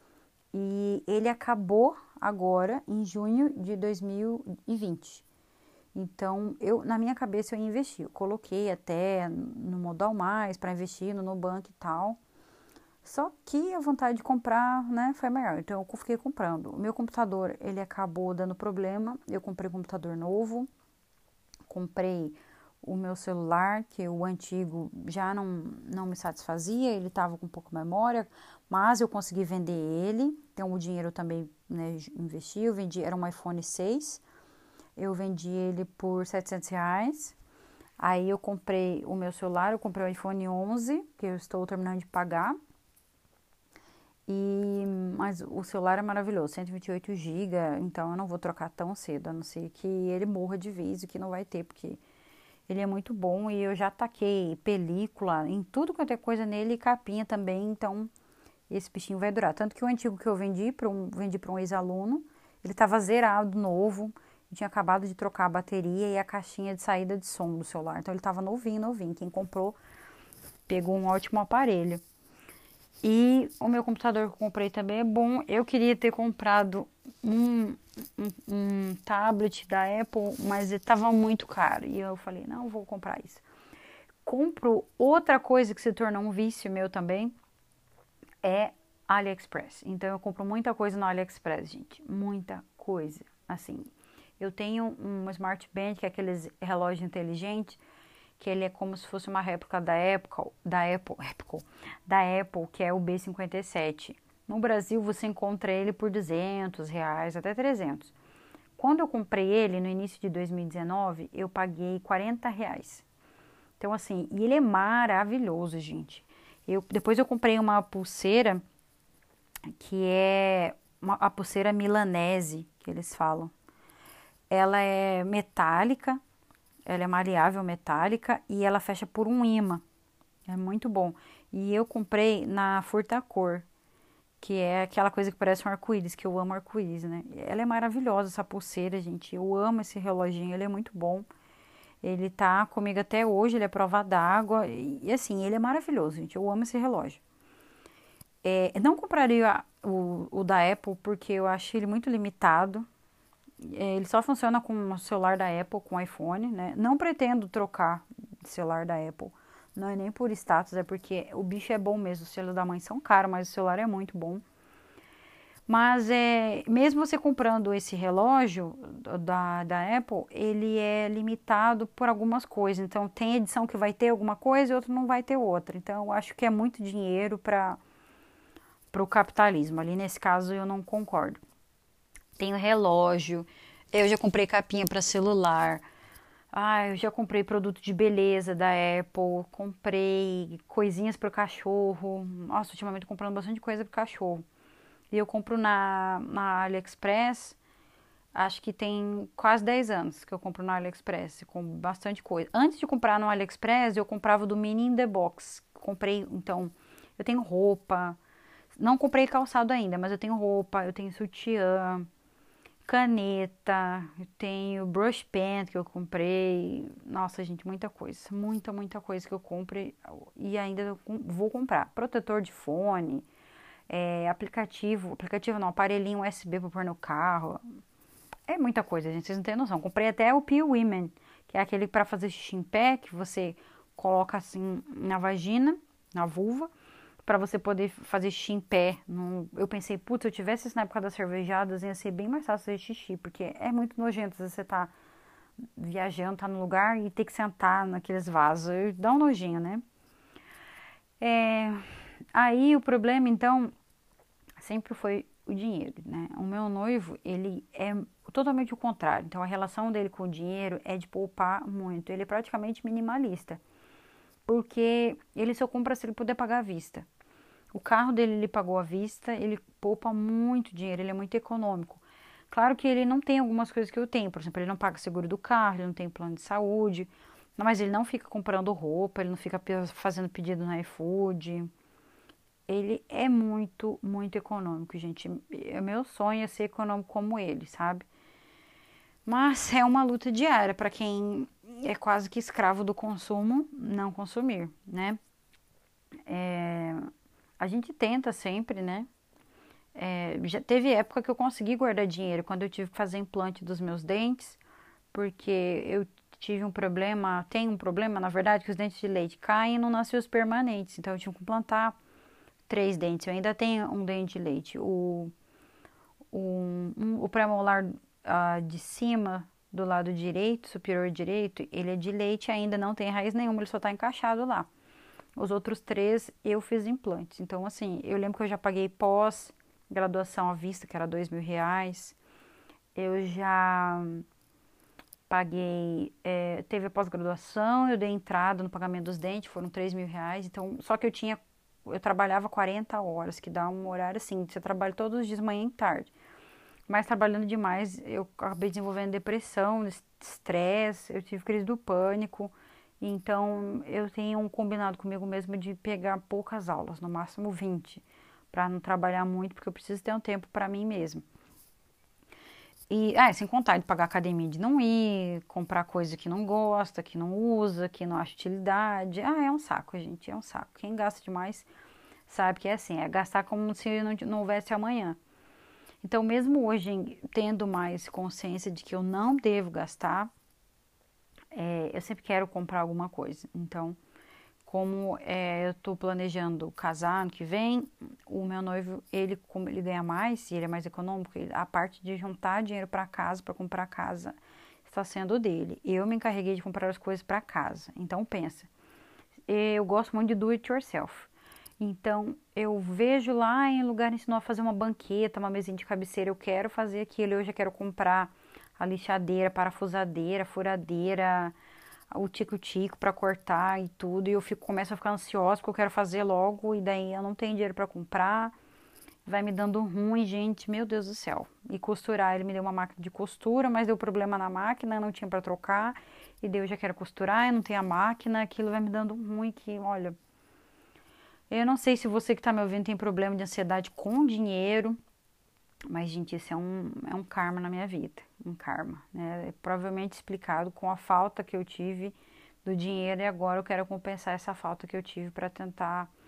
e ele acabou agora em junho de dois mil e vinte. Então, eu, na minha cabeça eu investi. Eu coloquei até no Modal Mais para investir no Nubank e tal. Só que a vontade de comprar, né, foi maior. Então, eu fiquei comprando. O meu computador, ele acabou dando problema. Eu comprei um computador novo. Comprei o meu celular, que o antigo já não, não me satisfazia. Ele estava com pouca memória, mas eu consegui vender ele. Então, o dinheiro eu também, né, investi. Eu vendi, era um iPhone seis. Eu vendi ele por setecentos reais. Aí, eu comprei o meu celular. Eu comprei o iPhone onze, que eu estou terminando de pagar. E, mas o celular é maravilhoso, cento e vinte e oito gigas, então eu não vou trocar tão cedo, a não ser que ele morra de vez, o que não vai ter, porque ele é muito bom e eu já taquei película em tudo quanto é coisa nele e capinha também, então esse bichinho vai durar. Tanto que o antigo que eu vendi para um, vendi para um ex-aluno, ele estava zerado, novo, eu tinha acabado de trocar a bateria e a caixinha de saída de som do celular, então ele estava novinho, novinho. Quem comprou pegou um ótimo aparelho. E o meu computador que eu comprei também é bom. Eu queria ter comprado um, um, um tablet da Apple, mas estava muito caro. E eu falei, não, vou comprar isso. Compro outra coisa que se tornou um vício meu também, é AliExpress. Então eu compro muita coisa no AliExpress, gente. Muita coisa. Assim, eu tenho um Smart Band, que é aqueles relógio inteligente, que ele é como se fosse uma réplica da Apple, da Apple, Apple, da Apple, que é o B cinquenta e sete. No Brasil você encontra ele por duzentos reais, até trezentos. Quando eu comprei ele no início de dois mil e dezenove, eu paguei quarenta reais. Então assim, e ele é maravilhoso, gente. Eu, depois eu comprei uma pulseira, que é uma, a pulseira milanese, que eles falam. Ela é metálica, ela é maleável, metálica, e ela fecha por um ímã. É muito bom. E eu comprei na Furtacor, que é aquela coisa que parece um arco-íris, que eu amo arco-íris, né? Ela é maravilhosa, essa pulseira, gente. Eu amo esse reloginho, ele é muito bom. Ele tá comigo até hoje, ele é prova d'água. E assim, ele é maravilhoso, gente. Eu amo esse relógio. É, não compraria o, o da Apple, porque eu acho ele muito limitado. É, ele só funciona com o celular da Apple, com o iPhone, né? Não pretendo trocar de celular da Apple. Não é nem por status, é porque o bicho é bom mesmo. Os celulares da mãe são caros, mas o celular é muito bom. Mas é, mesmo você comprando esse relógio da, da Apple, ele é limitado por algumas coisas. Então, tem edição que vai ter alguma coisa e outra não vai ter outra. Então, eu acho que é muito dinheiro para o capitalismo. Ali, nesse caso, eu não concordo. Tenho relógio, eu já comprei capinha para celular. Ah, eu já comprei produto de beleza da Apple, comprei coisinhas para o cachorro. Nossa, ultimamente tô comprando bastante coisa para cachorro. E eu compro na, na AliExpress, acho que tem quase dez anos que eu compro na AliExpress, com bastante coisa. Antes de comprar no AliExpress, eu comprava do Mini in the Box. Comprei, então, eu tenho roupa, não comprei calçado ainda, mas eu tenho roupa, eu tenho sutiã, caneta, eu tenho brush pen que eu comprei. Nossa, gente, muita coisa, muita, muita coisa que eu comprei e ainda vou comprar. Protetor de fone, é, aplicativo, aplicativo não, aparelhinho U S B para pôr no carro. É muita coisa, gente, vocês não têm noção. Comprei até o Pee Women, que é aquele para fazer xixi em pé, que você coloca assim na vagina, na vulva, para você poder fazer xixi em pé. No... Eu pensei, putz, se eu tivesse isso na época das cervejadas, ia ser bem mais fácil fazer xixi, porque é muito nojento. Às vezes você tá viajando, tá no lugar e ter que sentar naqueles vasos. Dá um nojinho, né? É... Aí o problema, então, sempre foi o dinheiro, né? O meu noivo, ele é totalmente o contrário. Então, a relação dele com o dinheiro é de poupar muito. Ele é praticamente minimalista, porque ele só compra se ele puder pagar à vista. O carro dele ele pagou à vista, ele poupa muito dinheiro, ele é muito econômico. Claro que ele não tem algumas coisas que eu tenho, por exemplo, ele não paga seguro do carro, ele não tem plano de saúde, mas ele não fica comprando roupa, ele não fica fazendo pedido no iFood. Ele é muito, muito econômico, gente. O meu sonho é ser econômico como ele, sabe? Mas é uma luta diária para quem é quase que escravo do consumo, não consumir, né? É, a gente tenta sempre, né? É, já teve época que eu consegui guardar dinheiro quando eu tive que fazer implante dos meus dentes, porque eu tive um problema, tem um problema, na verdade, que os dentes de leite caem e não nascem os permanentes, então eu tive que implantar três dentes. Eu ainda tenho um dente de leite. O, o, um, o pré-molar uh, de cima, do lado direito, superior direito, ele é de leite, ainda não tem raiz nenhuma, ele só está encaixado lá. Os outros três eu fiz implantes. Então, assim, eu lembro que eu já paguei pós-graduação à vista, que era dois mil reais. Eu já paguei, é, teve a pós-graduação, eu dei entrada no pagamento dos dentes, foram três mil reais. Então, só que eu tinha, eu trabalhava quarenta horas, que dá um horário assim, você trabalha todos os dias, manhã e tarde. Mas trabalhando demais, eu acabei desenvolvendo depressão, estresse, eu tive crise do pânico. Então, eu tenho um combinado comigo mesmo de pegar poucas aulas, no máximo vinte, para não trabalhar muito, porque eu preciso ter um tempo para mim mesmo. E, ah, sem contar de pagar academia, de não ir, comprar coisa que não gosta, que não usa, que não acha utilidade. Ah, é um saco, gente, é um saco. Quem gasta demais sabe que é assim, é gastar como se não, não houvesse amanhã. Então, mesmo hoje, tendo mais consciência de que eu não devo gastar, é, eu sempre quero comprar alguma coisa. Então, como é, eu estou planejando casar ano que vem, o meu noivo, ele, como ele ganha mais, e ele é mais econômico, ele, a parte de juntar dinheiro para casa, para comprar casa, está sendo dele. Eu me encarreguei de comprar as coisas para casa. Então, pensa, eu gosto muito de do it yourself. Então, eu vejo lá em lugar ensinou a fazer uma banqueta, uma mesinha de cabeceira, eu quero fazer aquilo, eu já quero comprar a lixadeira, parafusadeira, furadeira, o tico-tico para cortar e tudo, e eu fico, começo a ficar ansiosa porque eu quero fazer logo, e daí eu não tenho dinheiro para comprar, vai me dando ruim, gente, meu Deus do céu. E costurar, ele me deu uma máquina de costura, mas deu problema na máquina, não tinha para trocar, e daí eu já quero costurar, eu não tenho a máquina, aquilo vai me dando ruim, que olha... Eu não sei se você que está me ouvindo tem problema de ansiedade com dinheiro, mas, gente, isso é um, é um karma na minha vida, um karma, né? É provavelmente explicado com a falta que eu tive do dinheiro e agora eu quero compensar essa falta que eu tive para tentar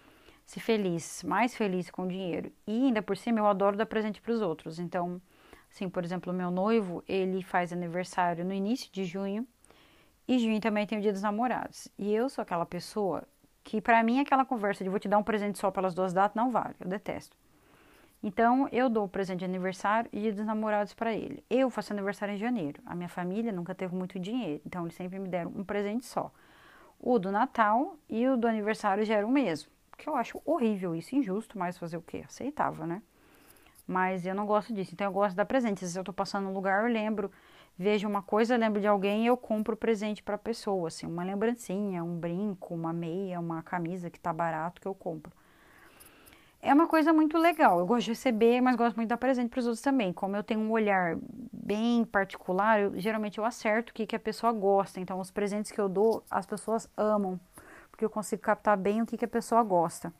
se feliz, mais feliz com o dinheiro. E ainda por cima eu adoro dar presente para os outros. Então, assim, por exemplo, o meu noivo, ele faz aniversário no início de junho e junho também tem o Dia dos Namorados. E eu sou aquela pessoa que para mim aquela conversa de vou te dar um presente só pelas duas datas não vale, eu detesto. Então, eu dou o presente de aniversário e Dia dos Namorados para ele. Eu faço aniversário em janeiro. A minha família nunca teve muito dinheiro, então eles sempre me deram um presente só. O do Natal e o do aniversário já era o mesmo. Que eu acho horrível isso, injusto, mas fazer o quê? Aceitável, né? Mas eu não gosto disso, então eu gosto de dar presente. Se eu tô passando num lugar, eu lembro, vejo uma coisa, lembro de alguém e eu compro presente pra pessoa, assim, uma lembrancinha, um brinco, uma meia, uma camisa que tá barato que eu compro. É uma coisa muito legal. Eu gosto de receber, mas gosto muito de dar presente para os outros também. Como eu tenho um olhar bem particular, eu, geralmente eu acerto o que, que a pessoa gosta. Então, os presentes que eu dou, as pessoas amam, porque eu consigo captar bem o que, que a pessoa gosta.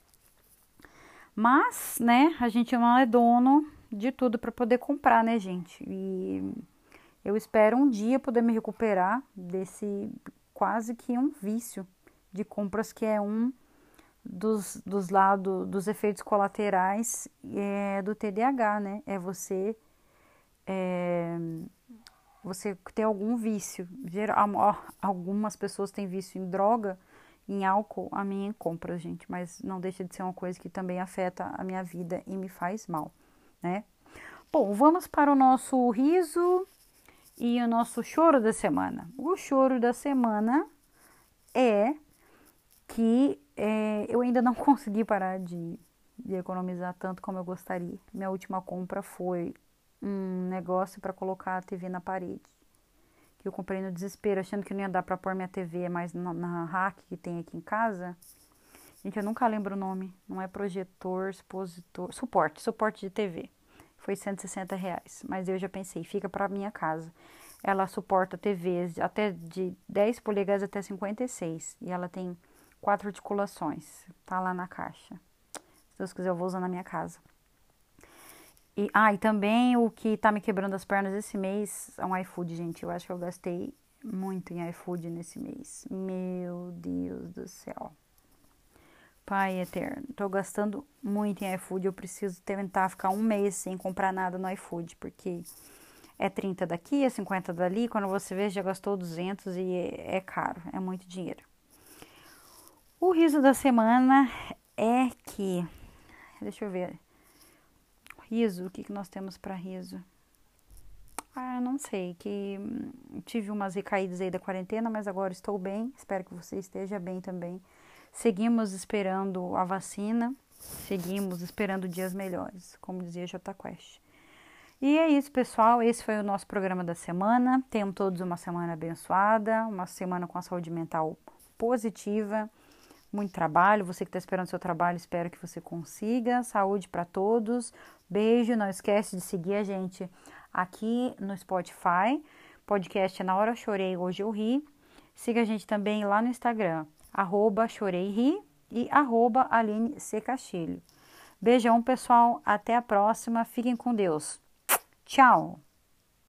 Mas, né, a gente não é dono de tudo para poder comprar, né, gente? E eu espero um dia poder me recuperar desse quase que um vício de compras que é um dos, dos lados, dos efeitos colaterais é, do T D A H, né? É você, é, você ter algum vício. Geral, algumas pessoas têm vício em droga, em álcool, a minha em compras, gente. Mas não deixa de ser uma coisa que também afeta a minha vida e me faz mal, né? Bom, vamos para o nosso riso e o nosso choro da semana. O choro da semana é que é, eu ainda não consegui parar de, de economizar tanto como eu gostaria. Minha última compra foi um negócio para colocar a T V na parede, que eu comprei no desespero, achando que não ia dar para pôr minha T V mais na, na rack que tem aqui em casa. Gente, eu nunca lembro o nome. Não é projetor, expositor, suporte, suporte de T V. Foi cento e sessenta reais, mas eu já pensei, fica para minha casa. Ela suporta T Vs até de dez polegadas até cinquenta e seis e ela tem quatro articulações, tá lá na caixa. Se Deus quiser, eu vou usar na minha casa. E, ah, e também o que tá me quebrando as pernas esse mês é um iFood, gente. Eu acho que eu gastei muito em iFood nesse mês. Meu Deus do céu. Pai eterno, tô gastando muito em iFood. Eu preciso tentar ficar um mês sem comprar nada no iFood, porque é trinta daqui, é cinquenta dali. Quando você vê, já gastou duzentos e é, é caro, é muito dinheiro. O riso da semana é que... Deixa eu ver. Riso, o que, que nós temos para riso? Ah, não sei, que tive umas recaídas aí da quarentena, mas agora estou bem. Espero que você esteja bem também. Seguimos esperando a vacina, seguimos esperando dias melhores, como dizia Jota Quest. E é isso, pessoal. Esse foi o nosso programa da semana. Tenham todos uma semana abençoada, uma semana com a saúde mental positiva. Muito trabalho, você que está esperando seu trabalho, espero que você consiga. Saúde para todos. Beijo, não esquece de seguir a gente aqui no Spotify. Podcast é Na Hora Eu Chorei, Hoje Eu Ri. Siga a gente também lá no Instagram, arroba choreiri e arroba Aline C. Castilho. Beijão, pessoal. Até a próxima. Fiquem com Deus. Tchau!